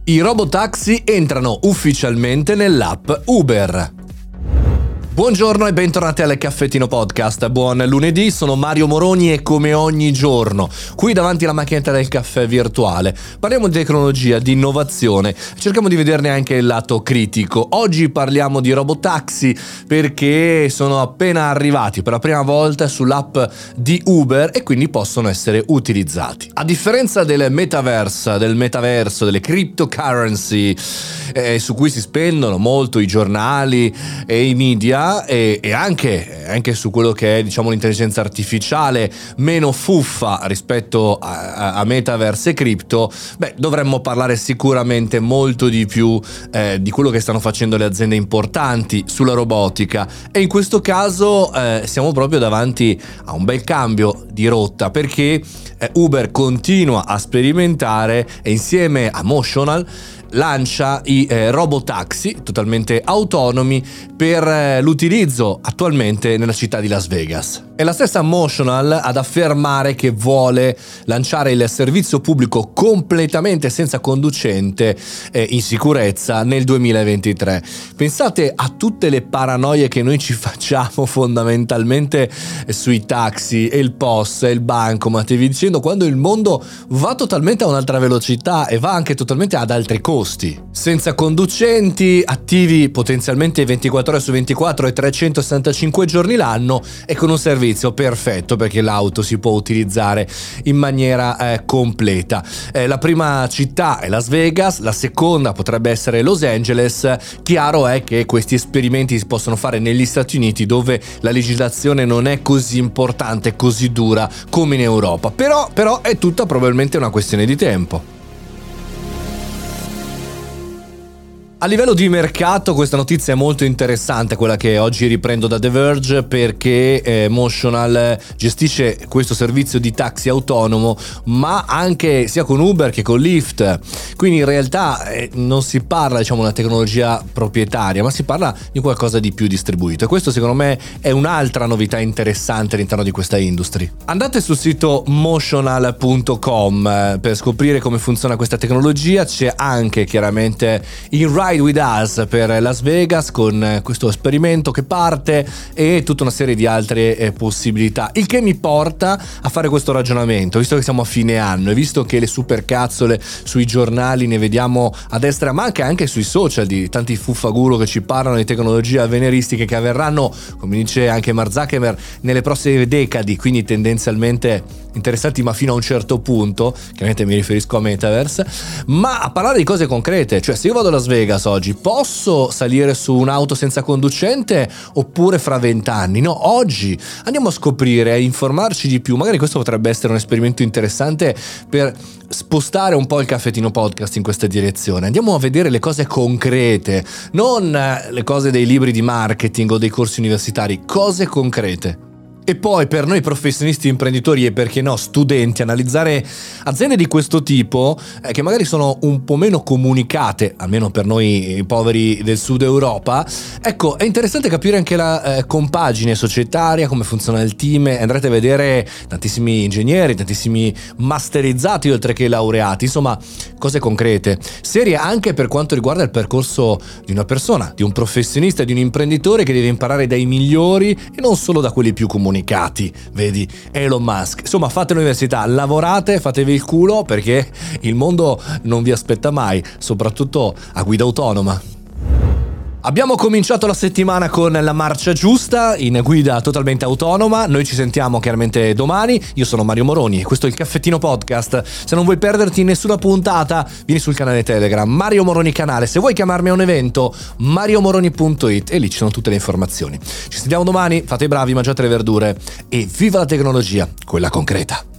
I robotaxi entrano ufficialmente nell'app Uber. Buongiorno e bentornati al Caffettino Podcast. Buon lunedì, sono Mario Moroni e come ogni giorno, qui davanti alla macchinetta del caffè virtuale, parliamo di tecnologia, di innovazione, cerchiamo di vederne anche il lato critico. Oggi parliamo di robotaxi perché sono appena arrivati per la prima volta sull'app di Uber e quindi possono essere utilizzati. A differenza del metaverso, delle cryptocurrency, su cui si spendono molto i giornali e i media, e anche su quello che è, diciamo, l'intelligenza artificiale meno fuffa rispetto a metaverse e cripto, dovremmo parlare sicuramente molto di più di quello che stanno facendo le aziende importanti sulla robotica, e in questo caso siamo proprio davanti a un bel cambio di rotta, perché Uber continua a sperimentare e insieme a Motional lancia i robotaxi totalmente autonomi per l'utilizzo attualmente nella città di Las Vegas. È la stessa Motional ad affermare che vuole lanciare il servizio pubblico completamente senza conducente in sicurezza nel 2023. Pensate a tutte le paranoie che noi ci facciamo fondamentalmente sui taxi e il POS e il bancomat, e vi dicendo, quando il mondo va totalmente a un'altra velocità e va anche totalmente ad altri costi. Senza conducenti, attivi potenzialmente 24 ore su 24 e 365 giorni l'anno, e con un servizio perfetto perché l'auto si può utilizzare in maniera completa. La prima città è Las Vegas, la seconda potrebbe essere Los Angeles. Chiaro è che questi esperimenti si possono fare negli Stati Uniti, dove la legislazione non è così importante, così dura come in Europa, però è tutta probabilmente una questione di tempo. A livello di mercato questa notizia è molto interessante, quella che oggi riprendo da The Verge, perché Motional gestisce questo servizio di taxi autonomo, ma anche sia con Uber che con Lyft. Quindi in realtà non si parla, diciamo, di una tecnologia proprietaria, ma si parla di qualcosa di più distribuito, e questo secondo me è un'altra novità interessante all'interno di questa industry. Andate sul sito motional.com per scoprire come funziona questa tecnologia. C'è anche chiaramente il Ride with Us per Las Vegas, con questo esperimento che parte, e tutta una serie di altre possibilità, il che mi porta a fare questo ragionamento, visto che siamo a fine anno e visto che le supercazzole sui giornali ne vediamo a destra, ma anche sui social, di tanti fuffaguru che ci parlano di tecnologie avveniristiche che avverranno, come dice anche Mark Zuckerberg, nelle prossime decadi, quindi tendenzialmente interessanti ma fino a un certo punto, chiaramente mi riferisco a Metaverse, ma a parlare di cose concrete. Cioè, se io vado a Las Vegas oggi, posso salire su un'auto senza conducente, oppure fra 20 anni? No, oggi andiamo a scoprire, a informarci di più. Magari questo potrebbe essere un esperimento interessante per spostare un po' il Caffettino Podcast in questa direzione. Andiamo a vedere le cose concrete, non le cose dei libri di marketing o dei corsi universitari, cose concrete. E poi per noi professionisti, imprenditori e perché no studenti, analizzare aziende di questo tipo che magari sono un po' meno comunicate, almeno per noi poveri del sud Europa. Ecco, è interessante capire anche la compagine societaria, come funziona il team. Andrete a vedere tantissimi ingegneri, tantissimi masterizzati oltre che laureati, insomma cose concrete, serie anche per quanto riguarda il percorso di una persona, di un professionista, di un imprenditore che deve imparare dai migliori e non solo da quelli più comunicati. Vedi Elon Musk. Insomma, fate l'università, lavorate, fatevi il culo, perché il mondo non vi aspetta mai, soprattutto a guida autonoma. Abbiamo cominciato la settimana con la marcia giusta, in guida totalmente autonoma. Noi ci sentiamo chiaramente domani. Io sono Mario Moroni e questo è il Caffettino Podcast. Se non vuoi perderti nessuna puntata, vieni sul canale Telegram Mario Moroni Canale. Se vuoi chiamarmi a un evento, mariomoroni.it, e lì ci sono tutte le informazioni. Ci sentiamo domani, fate i bravi, mangiate le verdure e viva la tecnologia, quella concreta.